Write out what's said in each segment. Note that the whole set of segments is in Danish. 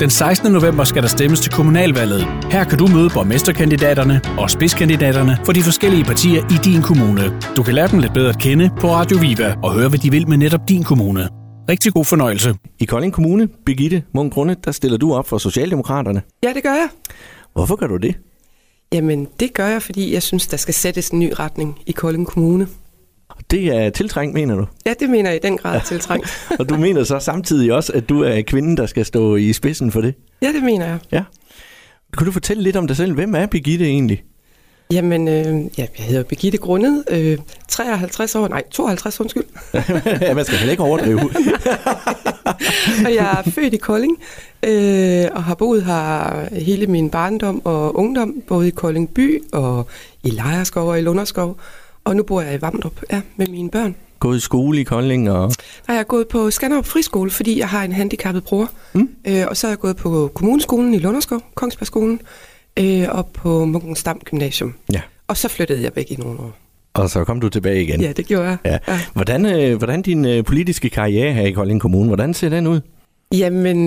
Den 16. november skal der stemmes til kommunalvalget. Her kan du møde borgmesterkandidaterne og spidskandidaterne for de forskellige partier i din kommune. Du kan lære dem lidt bedre at kende på Radio Viva og høre, hvad de vil med netop din kommune. Rigtig god fornøjelse. I Kolding Kommune, Birgitte Munk Grunde, der stiller du op for Socialdemokraterne. Ja, det gør jeg. Hvorfor gør du det? Jamen, det gør jeg, fordi jeg synes, der skal sættes en ny retning i Kolding Kommune. Det er tiltrængt, mener du? Ja, det mener jeg i den grad tiltrængt. Og du mener så samtidig også, at du er kvinden, der skal stå i spidsen for det? Ja, det mener jeg. Ja. Kan du fortælle lidt om dig selv? Hvem er Birgitte egentlig? Jamen, jeg hedder Birgitte Grunde, 52 undskyld. Man skal heller ikke overdrive. Og jeg er født i Kolding, og har boet her hele min barndom og ungdom, både i Kolding by og i Lejerskov og i Lunderskov. Og nu bor jeg i Vamdrup, med mine børn. Gået i skole i Kolding og... Jeg er gået på Skanderup Friskole, fordi jeg har en handicappet bror. Og så er jeg gået på kommuneskolen i Lunderskov, Kongsbergskolen, og på Munkensdam Gymnasium. Ja. Og så flyttede jeg væk i nogle år. Og så kom du tilbage igen. Ja, det gjorde jeg. Ja. Hvordan din politiske karriere her i Kolding Kommune, hvordan ser den ud? Jamen,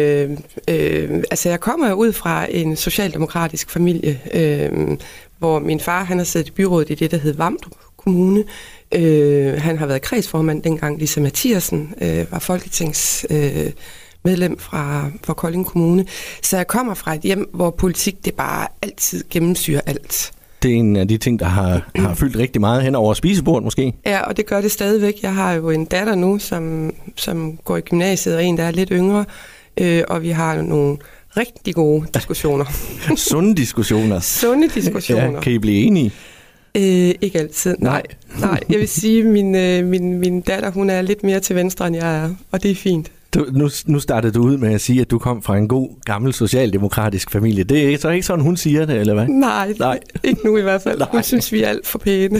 jeg kommer jo ud fra en socialdemokratisk familie, hvor min far, han har siddet i byrådet i det, der hed Vamdrup Kommune. Han har været kredsformand dengang, Lisa Mathiasen var folketingsmedlem fra Kolding Kommune. Så jeg kommer fra et hjem, hvor politik, det bare altid gennemsyrer alt. Det er en af de ting, der har fyldt rigtig meget hen over spisebordet måske. Ja, og det gør det stadigvæk. Jeg har jo en datter nu, som går i gymnasiet, og en, der er lidt yngre. Og vi har nogle rigtig gode diskussioner. Sunde diskussioner. Sunde diskussioner. Ja, kan I blive enige? Ikke altid. Nej. Jeg vil sige, min datter, hun er lidt mere til venstre, end jeg er, og det er fint. Nu startede du ud med at sige, at du kom fra en god, gammel socialdemokratisk familie. Det er så ikke sådan, hun siger det, eller hvad? Nej. Ikke nu i hvert fald. Hun synes, vi er alt for pæne.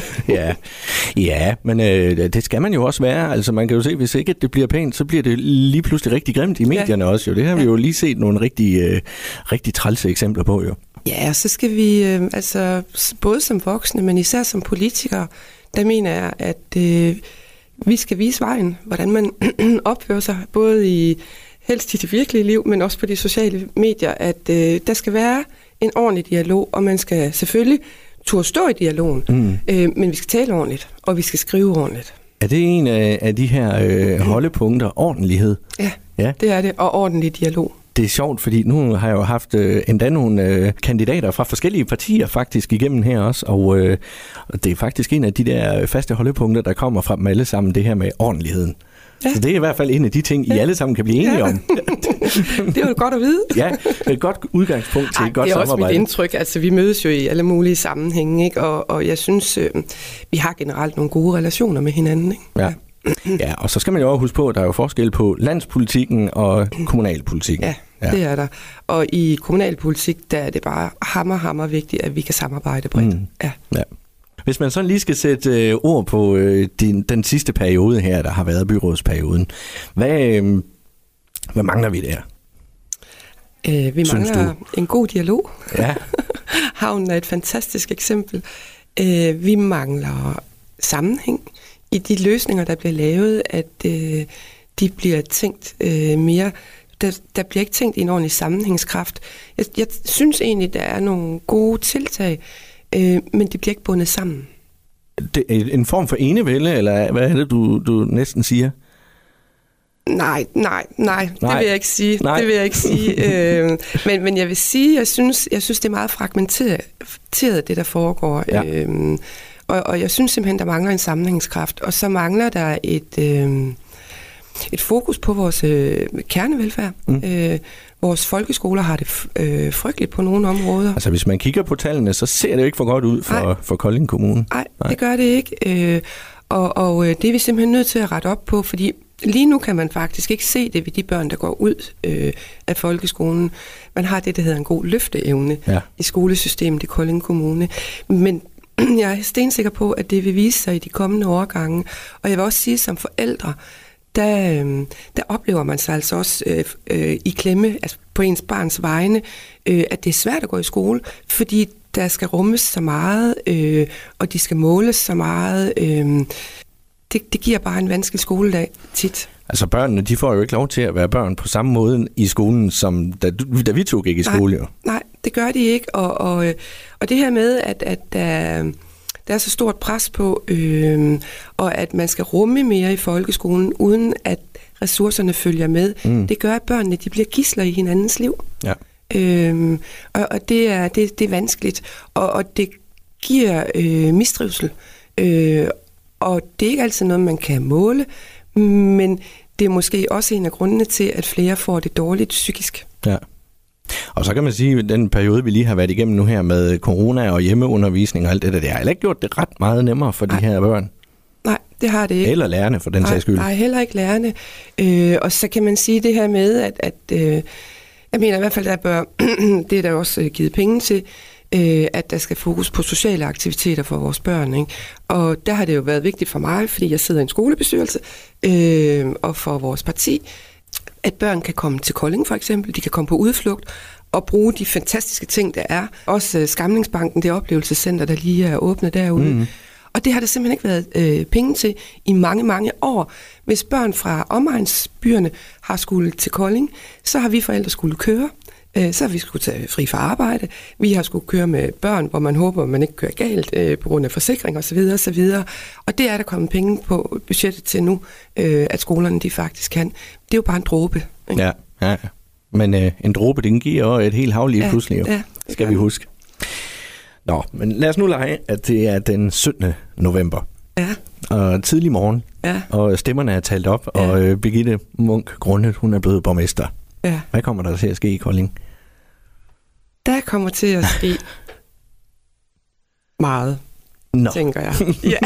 Ja, men det skal man jo også være. Altså man kan jo se, hvis ikke det bliver pænt, så bliver det lige pludselig rigtig grimt i medierne også. Jo. Det har vi jo lige set nogle rigtig trælse eksempler på, jo. Ja, så skal vi, både som voksne, men især som politikere, der mener jeg, at vi skal vise vejen, hvordan man opfører sig, både helst i det virkelige liv, men også på de sociale medier, at der skal være en ordentlig dialog, og man skal selvfølgelig turde stå i dialogen, men vi skal tale ordentligt, og vi skal skrive ordentligt. Er det en af de her holdepunkter, ordentlighed? Ja, det er det, og ordentlig dialog. Det er sjovt, fordi nu har jeg jo haft endda nogle kandidater fra forskellige partier faktisk igennem her også, og det er faktisk en af de der faste holdepunkter, der kommer fra dem alle sammen, det her med ordentligheden. Ja. Så det er i hvert fald en af de ting, I alle sammen kan blive enige om. Det er jo godt at vide. Ja, et godt udgangspunkt til et godt samarbejde. Det er også mit indtryk. Altså, vi mødes jo i alle mulige sammenhænge, ikke? Og jeg synes, vi har generelt nogle gode relationer med hinanden. Ikke? Ja. Ja, og så skal man jo også huske på, at der er jo forskel på landspolitikken og kommunalpolitikken. Ja, det er der. Og i kommunalpolitik, der er det bare hammer vigtigt, at vi kan samarbejde bredt. Ja. Hvis man så lige skal sætte ord på den sidste periode her, der har været byrådsperioden, hvad mangler vi der? Vi mangler en god dialog. Ja. Havnen er et fantastisk eksempel. Vi mangler sammenhæng i de løsninger, der bliver lavet, at de bliver tænkt mere. Der bliver ikke tænkt i en ordentlig sammenhængskraft. Jeg synes egentlig, der er nogle gode tiltag, men de bliver ikke bundet sammen. Det er en form for enevælde, eller hvad er det, du næsten siger? Nej, det vil jeg ikke sige. Nej. Det vil jeg ikke sige. Men jeg vil sige, jeg synes, det er meget fragmenteret, det der foregår. Ja. Og jeg synes simpelthen, der mangler en sammenhængskraft. Og så mangler der et fokus på vores kernevelfærd. Vores folkeskoler har det frygteligt på nogle områder. Altså hvis man kigger på tallene, så ser det jo ikke for godt ud for Kolding Kommune. Nej, det gør det ikke. Og det er vi simpelthen nødt til at rette op på, fordi lige nu kan man faktisk ikke se det ved de børn, der går ud af folkeskolen. Man har det, der hedder en god løfteevne i skolesystemet i Kolding Kommune. Men jeg er stensikker på, at det vil vise sig i de kommende årgange. Og jeg vil også sige, som forældre, der oplever man sig altså også i klemme, altså på ens barns vegne, at det er svært at gå i skole, fordi der skal rummes så meget, og de skal måles så meget. Det giver bare en vanskelig skoledag tit. Altså børnene, de får jo ikke lov til at være børn på samme måde i skolen, som da vi to gik i skole. Jo. Nej, det gør de ikke. Og det her med, at der er så stort pres på, og at man skal rumme mere i folkeskolen, uden at ressourcerne følger med, det gør, at børnene de bliver gidsler i hinandens liv. Ja. Og det er vanskeligt, og det giver mistrivsel. Og det er ikke altid noget, man kan måle, men det er måske også en af grundene til, at flere får det dårligt psykisk. Ja. Og så kan man sige, at den periode, vi lige har været igennem nu her med corona og hjemmeundervisning og alt det der, det har heller ikke gjort det ret meget nemmere for de her børn. Nej, det har det ikke. Eller lærerne, for den sags skyld. Nej, heller ikke lærerne. Og så kan man sige det her med, at jeg mener i hvert fald, det er der også givet penge til, at der skal fokus på sociale aktiviteter for vores børn. Ikke? Og der har det jo været vigtigt for mig, fordi jeg sidder i en skolebestyrelse, og for vores parti, at børn kan komme til Kolding for eksempel, de kan komme på udflugt og bruge de fantastiske ting, der er. Også Skamlingsbanken, det oplevelsescenter, der lige er åbnet derude. Og det har der simpelthen ikke været penge til i mange, mange år. Hvis børn fra omegnsbyerne har skulle til Kolding, så har vi forældre skulle køre. Så har vi skulle tage fri fra arbejde. Vi har skulle køre med børn, hvor man håber, at man ikke kører galt på grund af forsikring osv. osv. Og det er der kommet penge på budgettet til nu, at skolerne de faktisk kan. Det er jo bare en dråbe. Ikke? Ja. Men en dråbe, den giver jo et helt hav lige pludselig. Jo. Ja, skal vi huske. Nå, men lad os nu lege, at det er den 17. november. Ja. Og tidlig morgen. Ja. Og stemmerne er talt op, og Birgitte Munk grundet, hun er blevet borgmester. Ja. Hvad kommer der til at ske i Kolding? Der kommer til at ske meget, tænker jeg. Ja.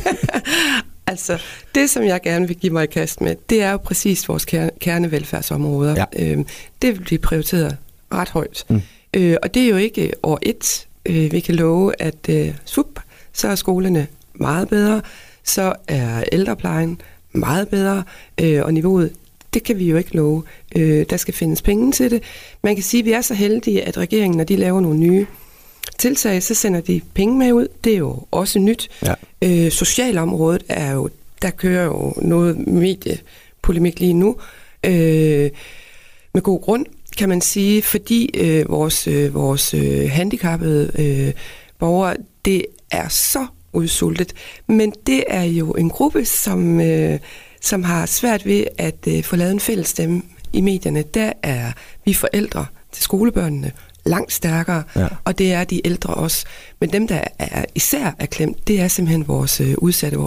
Altså, det som jeg gerne vil give mig i kast med, det er jo præcis vores kernevelfærdsområder. Ja. Det vil blive prioriteret ret højt. Og det er jo ikke år 1. Vi kan love, at så er skolerne meget bedre, så er ældreplejen meget bedre, og niveauet, det kan vi jo ikke love. Der skal findes penge til det. Man kan sige, at vi er så heldige, at regeringen, når de laver nogle nye tiltag, så sender de penge med ud. Det er jo også nyt. Ja. Socialområdet er jo, der kører jo noget mediepolemik lige nu. Med god grund, kan man sige, fordi vores handicappede borgere, det er så udsultet. Men det er jo en gruppe, som har svært ved at få lavet en fælles stemme i medierne. Der er vi forældre til skolebørnene langt stærkere, og det er de ældre også. Men dem, der især er klemt, det er simpelthen vores udsatte,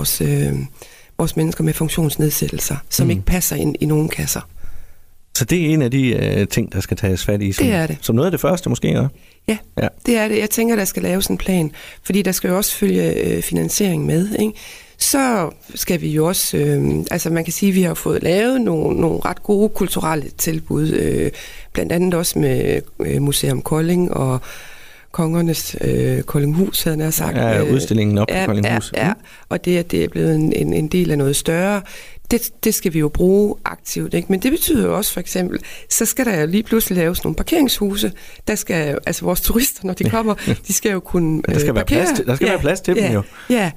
vores mennesker med funktionsnedsættelser, som ikke passer ind i nogen kasser. Så det er en af de ting, der skal tages fat i? Det er det. Som noget af det første måske, eller? Ja, det er det. Jeg tænker, der skal laves en plan, fordi der skal jo også følge finansiering med, ikke? Så skal vi jo også, altså man kan sige, at vi har fået lavet nogle ret gode kulturelle tilbud, blandt andet også med Museum Kolding og Kongernes Koldinghus, havde jeg sagt. Ja, udstillingen op på Koldinghus. Ja, og det, at det er blevet en del af noget større, det skal vi jo bruge aktivt, ikke? Men det betyder jo også for eksempel, så skal der jo lige pludselig laves nogle parkeringshuse. Der skal altså vores turister, når de kommer, de skal jo kunne der skal parkere. Der skal være plads til dem jo. Ja.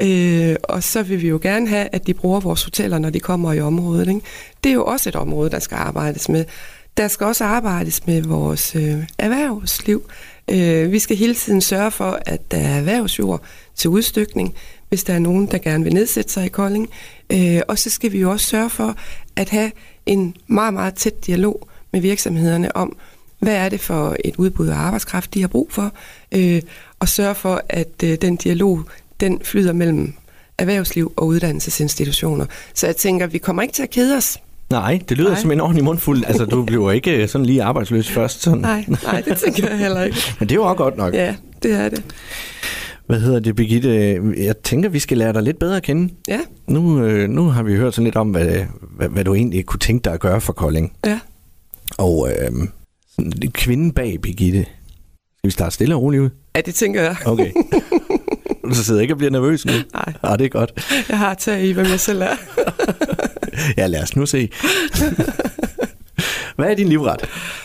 Og så vil vi jo gerne have, at de bruger vores hoteller, når de kommer i området, ikke? Det er jo også et område, der skal arbejdes med. Der skal også arbejdes med vores erhvervsliv. Vi skal hele tiden sørge for, at der er erhvervsjord til udstykning, hvis der er nogen, der gerne vil nedsætte sig i Kolding. Og så skal vi jo også sørge for at have en meget, meget tæt dialog med virksomhederne om, hvad er det for et udbud af arbejdskraft, de har brug for, og sørge for, at den dialog, den flyder mellem erhvervsliv og uddannelsesinstitutioner. Så jeg tænker, vi kommer ikke til at kede os. Nej, det lyder som en ordentlig mundfuld. Altså, du bliver ikke sådan lige arbejdsløs først. Sådan. Nej, det tænker jeg heller ikke. Men det er jo også godt nok. Ja, det er det. Hvad hedder det, Birgitte? Jeg tænker, vi skal lære dig lidt bedre at kende. Ja. Nu har vi hørt sådan lidt om, hvad du egentlig kunne tænke dig at gøre for Kolding. Ja. Og kvinden bag Birgitte. Skal vi starte stille og roligt ud? Ja, det tænker jeg. Okay. Så sidder jeg ikke og bliver nervøs nu? Nej. Det er godt. Jeg har taget i, hvem jeg selv er. Ja, lad os nu se. Hvad er din livret?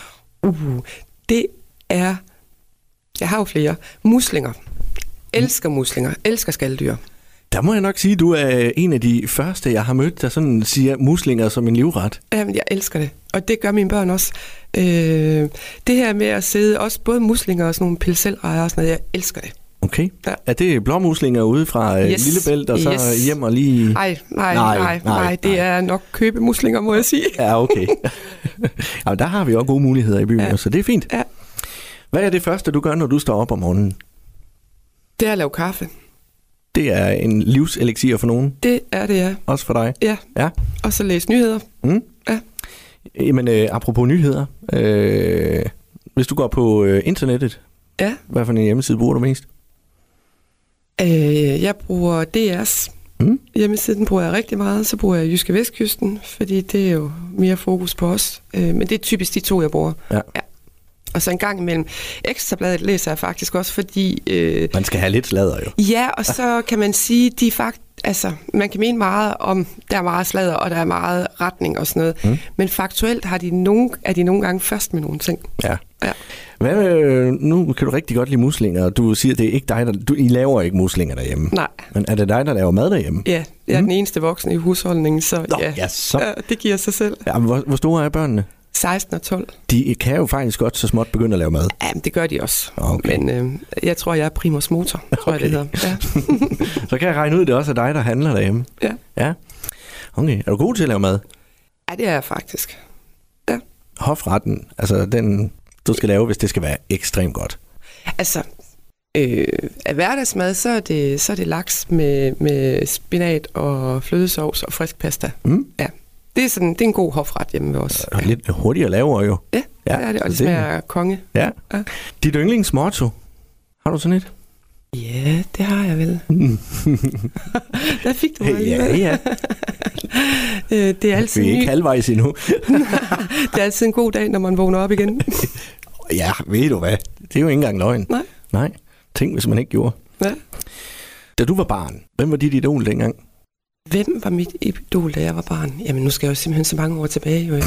Det er... Jeg har jo flere. Muslinger. Elsker muslinger. Elsker skaldyr. Der må jeg nok sige, at du er en af de første, jeg har mødt, der sådan siger muslinger som en livret. Jamen, jeg elsker det. Og det gør mine børn også. Det her med at sidde, også både muslinger og sådan nogle pilselrejer og sådan noget, jeg elsker det. Okay. Ja. Er det blåmuslinger ude fra Lillebælt og så hjem og lige... Nej, det er nok købemuslinger, må jeg sige. Ja, okay. Ja, der har vi også gode muligheder i byen, så det er fint. Ja. Hvad er det første, du gør, når du står op om morgenen? Det er at lave kaffe. Det er en livseliksir for nogen? Det er det, ja. Også for dig? Ja. Og så læse nyheder. Ja. Jamen, apropos nyheder. Hvis du går på internettet, hvad for en hjemmeside bruger du mest? Jeg bruger DR's hjemmeside, den bruger jeg rigtig meget. Så bruger jeg Jyske Vestkysten, fordi det er jo mere fokus på os. Men det er typisk de 2, jeg bruger. Ja. Og så en gang imellem Ekstrabladet læser jeg faktisk også, fordi... man skal have lidt sladder jo. Ja, og så kan man sige, man kan mene meget om, der er meget sladder, og der er meget retning og sådan noget. Men faktuelt er de nogle gange først med nogle ting. Ja. Nu kan du rigtig godt lide muslinger, og du siger, det er ikke dig, I laver ikke muslinger derhjemme. Nej. Men er det dig, der laver mad derhjemme? Ja, jeg er den eneste voksne i husholdningen, så det giver sig selv. Ja, hvor store er børnene? 16 og 12. De kan jo faktisk godt så småt begynde at lave mad. Ja, det gør de også. Okay. Men jeg tror, jeg er primus motor, tror jeg, det hedder. Ja. Så kan jeg regne ud, det også er dig, der handler derhjemme. Ja. Okay. Er du god til at lave mad? Ja, det er jeg faktisk. Ja. Hofretten, altså den, du skal lave, hvis det skal være ekstremt godt. Altså, af hverdagsmad, så er det laks med spinat og flødesovs og frisk pasta. Ja. Det er en god hofret hjemme ved os. Ja. Lidt hurtigere laver jo. Ja, det er det, og det smager konge. Ja. Dit yndlingsmotto, har du sådan et? Ja, det har jeg vel. Der fik du mig alligevel. Ja. Det er altid vi er ikke halvvejs endnu. Det er altid en god dag, når man vågner op igen. Ja, ved du hvad? Det er jo ikke engang løgn. Nej. Tænk, hvis man ikke gjorde. Ja. Da du var barn, hvem var dit idol dengang? Hvem var mit idol, da jeg var barn? Jamen, nu skal jeg jo simpelthen så mange år tilbage. Jo.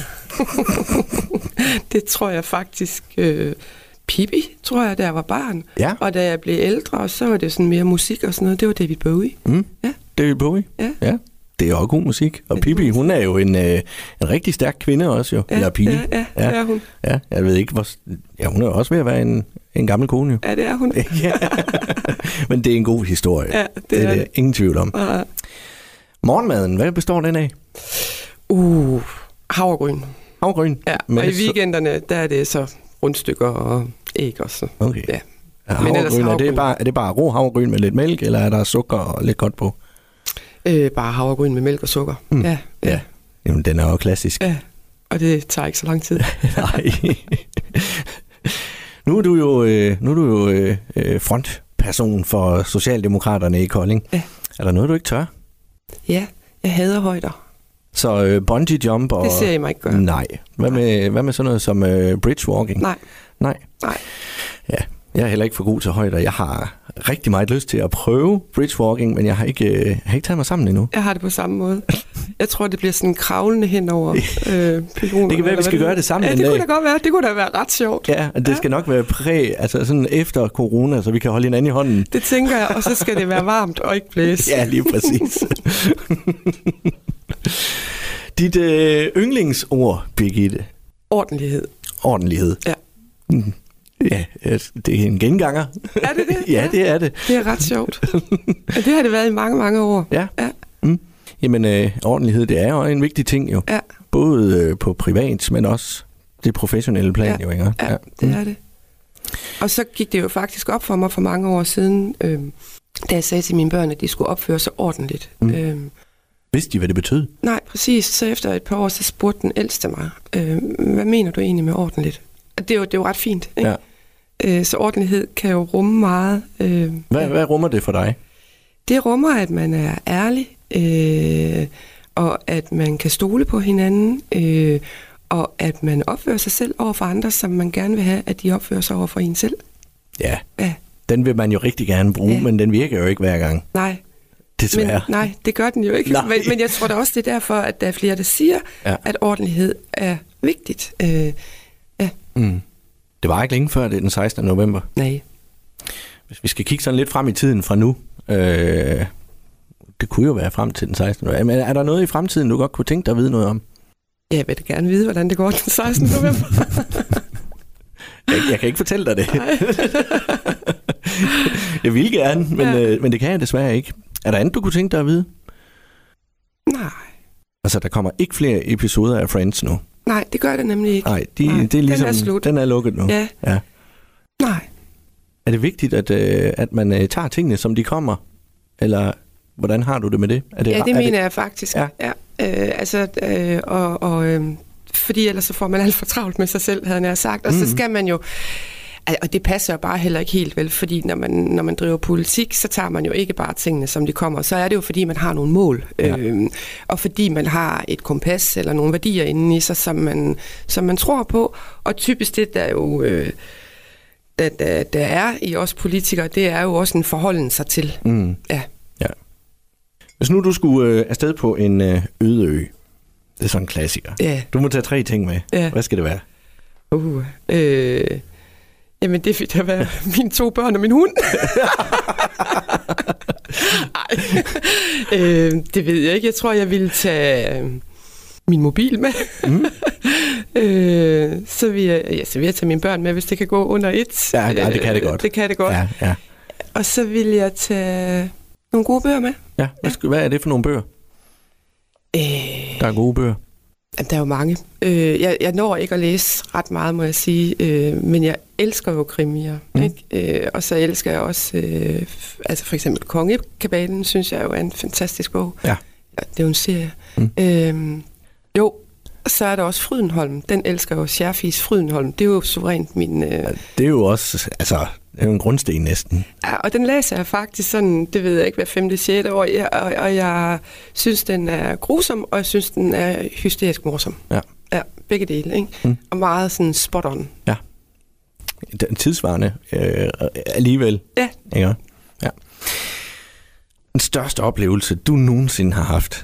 Det tror jeg faktisk... Pippi, tror jeg, da jeg var barn. Ja. Og da jeg blev ældre, så var det sådan mere musik og sådan noget. Det var David Bowie. Ja. David Bowie? Ja. Det er også god musik. Og Pippi, hun er jo en rigtig stærk kvinde også jo. Ja, eller Pippi. Ja, det er hun. Ja, jeg ved ikke, hun er jo også ved at være en gammel kone jo. Ja, det er hun. Men det er en god historie. Ja, det er det. Ingen tvivl om. Morgenmaden, hvad består den af? Havregryn. Havregryn? Ja, og i weekenderne, der er det så rundstykker og æg også. Okay. Ja. Havregryn, er det bare rå havregryn med lidt mælk, eller er der sukker og lidt godt på? Bare havregryn med mælk og sukker. Ja. Jamen, den er jo klassisk. Ja, og det tager ikke så lang tid. Nej. Nu er du jo frontperson for Socialdemokraterne i Kolding. Ja. Er der noget, du ikke tør? Ja, jeg hader højder. Så bungee jump og... Det ser jeg mig ikke gøre. Nej. Hvad med sådan noget som bridgewalking? Nej. Ja, jeg er heller ikke for god til højder. Jeg har rigtig meget lyst til at prøve bridgewalking, men jeg har ikke taget mig sammen endnu. Jeg har det på samme måde. Jeg tror, det bliver sådan kravlende hen over pyloner. Det kan være, vi skal gøre det sammen. Ja, det kunne da godt være. Det kunne da være ret sjovt. Ja, det skal nok være altså sådan efter corona, så vi kan holde hinanden i hånden. Det tænker jeg, og så skal det være varmt og ikke blæse. Ja, lige præcis. Dit yndlingsord, Birgitte? Ordentlighed. Ja. Ja, det er en genganger. Er det det? Ja, det er det. Det er ret sjovt. Det har det været i mange, mange år. Ja. Jamen, ordentlighed, det er jo en vigtig ting jo. Ja. Både på privat, men også det professionelle plan jo, ikke? Ja, det er det. Og så gik det jo faktisk op for mig for mange år siden, da jeg sagde til mine børn, at de skulle opføre sig ordentligt. Vidste de, hvad det betød? Nej, præcis. Så efter et par år, så spurgte den ældste mig, hvad mener du egentlig med ordentligt? Det er jo ret fint, ikke? Ja. Så ordentlighed kan jo rumme meget. Hvad rummer det for dig? Det rummer, at man er ærlig, og at man kan stole på hinanden, og at man opfører sig selv over for andre, som man gerne vil have, at de opfører sig over for en selv. Ja. Den vil man jo rigtig gerne bruge, men den virker jo ikke hver gang. Nej. Desværre. Nej, det gør den jo ikke. Men jeg tror da også, det er derfor, at der er flere, der siger, at ordentlighed er vigtigt. Det var ikke længe før, det er den 16. november. Nej. Hvis vi skal kigge sådan lidt frem i tiden fra nu, Det kunne jo være frem til den 16. november. Men er der noget i fremtiden, du godt kunne tænke dig at vide noget om? Jeg vil da gerne vide, hvordan det går den 16. november. Jeg kan ikke fortælle dig det. Jeg vil gerne, men det kan jeg desværre ikke. Er der andet, du kunne tænke dig at vide? Nej. Altså, der kommer ikke flere episoder af Friends nu? Nej, det gør det nemlig ikke. Nej, det er ligesom, den er slut. Den er lukket nu? Ja. Nej. Er det vigtigt, at man tager tingene, som de kommer? Eller hvordan har du det med det? Det mener jeg faktisk. Ja. Fordi ellers så får man alt for travlt med sig selv, havde jeg sagt. Og så skal man jo... Og det passer jo bare heller ikke helt vel, fordi når man driver politik, så tager man jo ikke bare tingene, som de kommer. Så er det jo, fordi man har nogle mål, og fordi man har et kompas eller nogle værdier inde i sig, som man tror på. Og typisk det, der jo... der er i os politikere, det er jo også en forholden sig til. Ja. Hvis nu du skulle afsted på en øde ø, det er sådan en klassiker. Ja. Du må tage 3 ting med. Ja. Hvad skal det være? Jamen det vil da være mine 2 børn og min hund. Det ved jeg ikke. Jeg tror, jeg ville tage min mobil med. Så vil jeg tage mine børn med, hvis det kan gå under 1. Ja, det kan det godt. Det kan det godt. Ja. Og så vil jeg tage nogle gode bøger med. Ja, hvad er det for nogle bøger? Der er gode bøger. Der er jo mange. Jeg når ikke at læse ret meget, må jeg sige, men jeg elsker jo krimier. Ikke? Og så elsker jeg også, altså for eksempel Kongekabalen, synes jeg jo er en fantastisk bog. Ja. Det er jo en serie. Så er der også Frydenholm. Den elsker jo Scherfis Frydenholm. Det er jo suverænt min... Det er jo også, altså, det er jo en grundsten næsten. Ja, og den læser jeg faktisk sådan, det ved jeg ikke, hver 5. 6. år, og jeg synes, den er grusom, og jeg synes, den er hysterisk morsom. Ja, begge dele, ikke? Og meget sådan spot on. Ja. Den tidsvarende alligevel. Ja. Ikke? Ja. Den største oplevelse, du nogensinde har haft?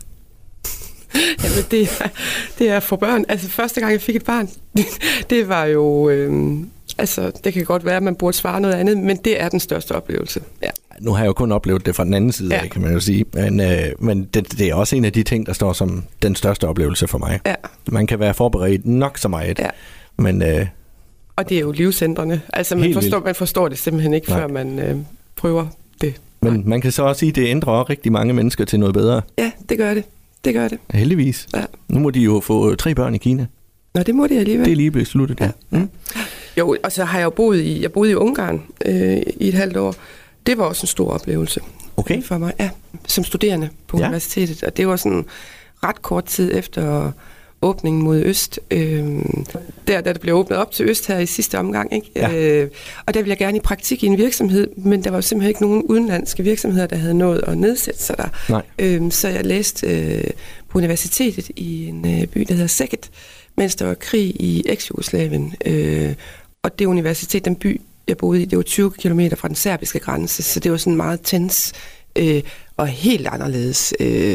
Jamen, det er for børn. Altså, første gang jeg fik et barn, det var jo... Altså, det kan godt være, at man burde svare noget andet, men det er den største oplevelse. Ja. Nu har jeg jo kun oplevet det fra den anden side af, kan man jo sige. Men det er også en af de ting, der står som den største oplevelse for mig. Ja. Man kan være forberedt nok så meget. Ja. Men, og det er jo livsændrende. Altså, man forstår det simpelthen ikke, før man prøver det. Men man kan så også sige, at det ændrer rigtig mange mennesker til noget bedre. Ja, det gør det. Det gør det. Heldigvis. Ja. Nu må de jo få 3 børn i Kina. Nå, det må de alligevel. Det er lige blevet sluttet, ja. Jo, og så har jeg jo boet i Ungarn i et halvt år. Det var også en stor oplevelse for mig, som studerende på universitetet. Og det var sådan ret kort tid efter åbningen mod øst. Da det blev åbnet op til øst her i sidste omgang. Ikke? Ja. Og der ville jeg gerne i praktik i en virksomhed, men der var simpelthen ikke nogen udenlandske virksomheder, der havde nået at nedsætte sig der. Så jeg læste på universitetet i en by, der hedder Szeged, mens der var krig i eks-Jugoslavien. Og det universitet, den by, jeg boede i, det var 20 kilometer fra den serbiske grænse, så det var sådan meget tens og helt anderledes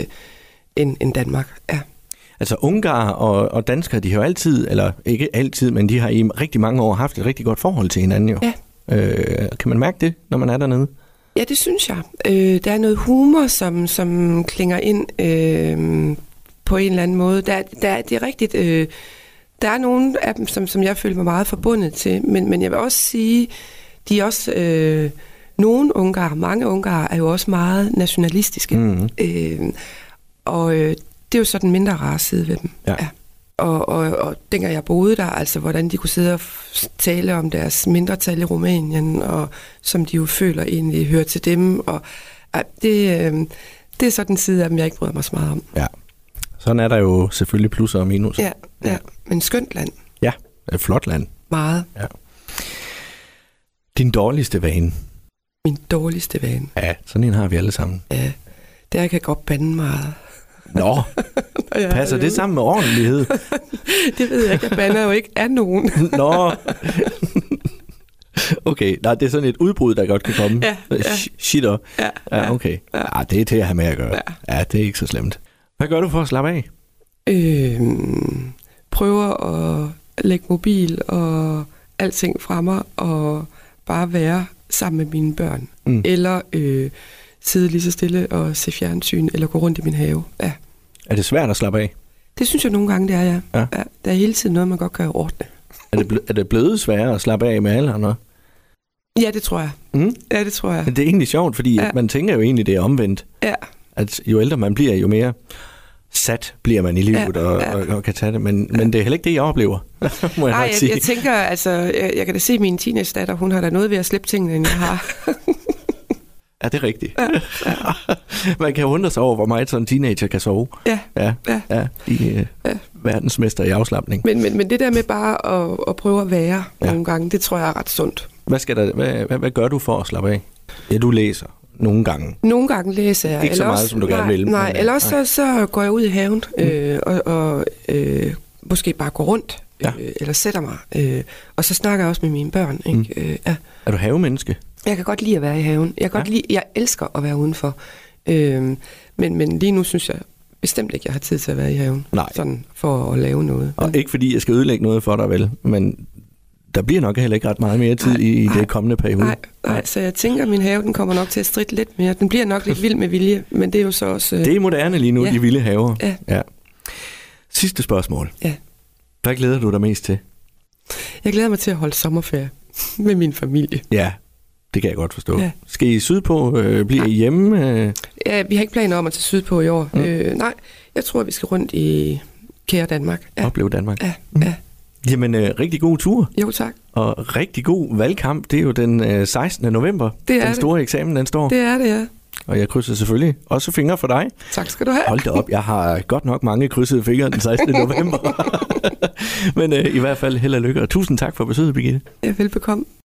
end Danmark. Ja. Altså ungarer og danskere, de har jo altid, eller ikke altid, men de har i rigtig mange år haft et rigtig godt forhold til hinanden jo. Ja. Kan man mærke det, når man er dernede? Ja, det synes jeg. Der er noget humor, som klinger ind på en eller anden måde. Det er rigtigt. Der er nogle af dem, som jeg føler mig meget forbundet til, men jeg vil også sige, de er også... mange ungarer er jo også meget nationalistiske. Og det er jo sådan en mindre rar side ved dem. Ja. Ja. Og dengang jeg boede der, altså hvordan de kunne sidde og tale om deres mindretal i Rumænien, og som de jo føler egentlig hører til dem. Og det er sådan en side af dem, jeg ikke bryder mig så meget om. Ja. Sådan er der jo selvfølgelig plusser og minusser. Ja. Men skønt land. Ja, et flot land. Meget. Ja. Din dårligste vane? Min dårligste vane? Ja, sådan en har vi alle sammen. Ja, der kan godt bande meget. Nå, passer det sammen med ordentlighed? Det ved jeg ikke, jeg bander jo ikke af nogen. Nå. Okay, nej, det er sådan et udbrud, der godt kan komme. Ja. Shitter. Ja, okay. Ja, det er til at have med at gøre. Ja, det er ikke så slemt. Hvad gør du for at slappe af? Prøver at lægge mobil og alting fra mig, og bare være sammen med mine børn. Eller sidde lige så stille og se fjernsyn, eller gå rundt i min have. Ja. Er det svært at slappe af? Det synes jeg nogle gange, det er, ja. Ja. Ja, der er hele tiden noget, man godt kan ordne. Er det blevet sværere at slappe af med alderen? Ja, det tror jeg. Ja, det tror jeg. Det er egentlig sjovt, fordi man tænker jo egentlig, det er omvendt. Ja. At jo ældre man bliver, jo mere sat bliver man i livet og kan tage det. Men det er heller ikke det, jeg oplever, må jeg nok sige. Jeg tænker, altså, jeg kan da se min teenage-datter, hun har da noget ved at slippe tingene, end jeg har. Ja, det er rigtigt. Ja. Man kan undre sig over, hvor meget sådan en teenager kan sove. Ja. Verdensmester i afslapning. Men det der med bare at prøve at være nogle gange, det tror jeg er ret sundt. Hvad gør du for at slappe af? Ja, du læser nogle gange. Nogle gange læser jeg. Ikke så meget, som du gerne vil. Nej, eller også så går jeg ud i haven og måske bare går rundt, eller sætter mig. Og så snakker jeg også med mine børn. Ikke? Er du havemenneske? Jeg kan godt lide at være i haven. Jeg elsker at være udenfor. Men lige nu synes jeg bestemt ikke, jeg har tid til at være i haven. Nej. Sådan for at lave noget. Og ikke fordi jeg skal ødelægge noget for dig, vel? Men der bliver nok heller ikke ret meget mere tid i det kommende periode. Nej, så jeg tænker, at min have, den kommer nok til at stritte lidt mere. Den bliver nok lidt vild med vilje, men det er jo så også... Det er moderne lige nu, de vilde haver. Ja. Sidste spørgsmål. Ja. Hvad glæder du dig mest til? Jeg glæder mig til at holde sommerferie med min familie. Ja, det kan jeg godt forstå. Ja. Skal I sydpå? Bliver I hjemme? Ja, vi har ikke planer om at tage sydpå i år. Nej, jeg tror, vi skal rundt i kære Danmark. Ja. Opleve Danmark. Ja. Jamen, rigtig god tur. Jo, tak. Og rigtig god valgkamp. Det er jo den 16. november. Den store eksamen, den står. Det er det, ja. Og jeg krydser selvfølgelig også fingre for dig. Tak skal du have. Hold da op, jeg har godt nok mange krydsede fingre den 16. november. Men i hvert fald held og lykke, og tusind tak for besøget, Birgitte. Ja, velbekomme.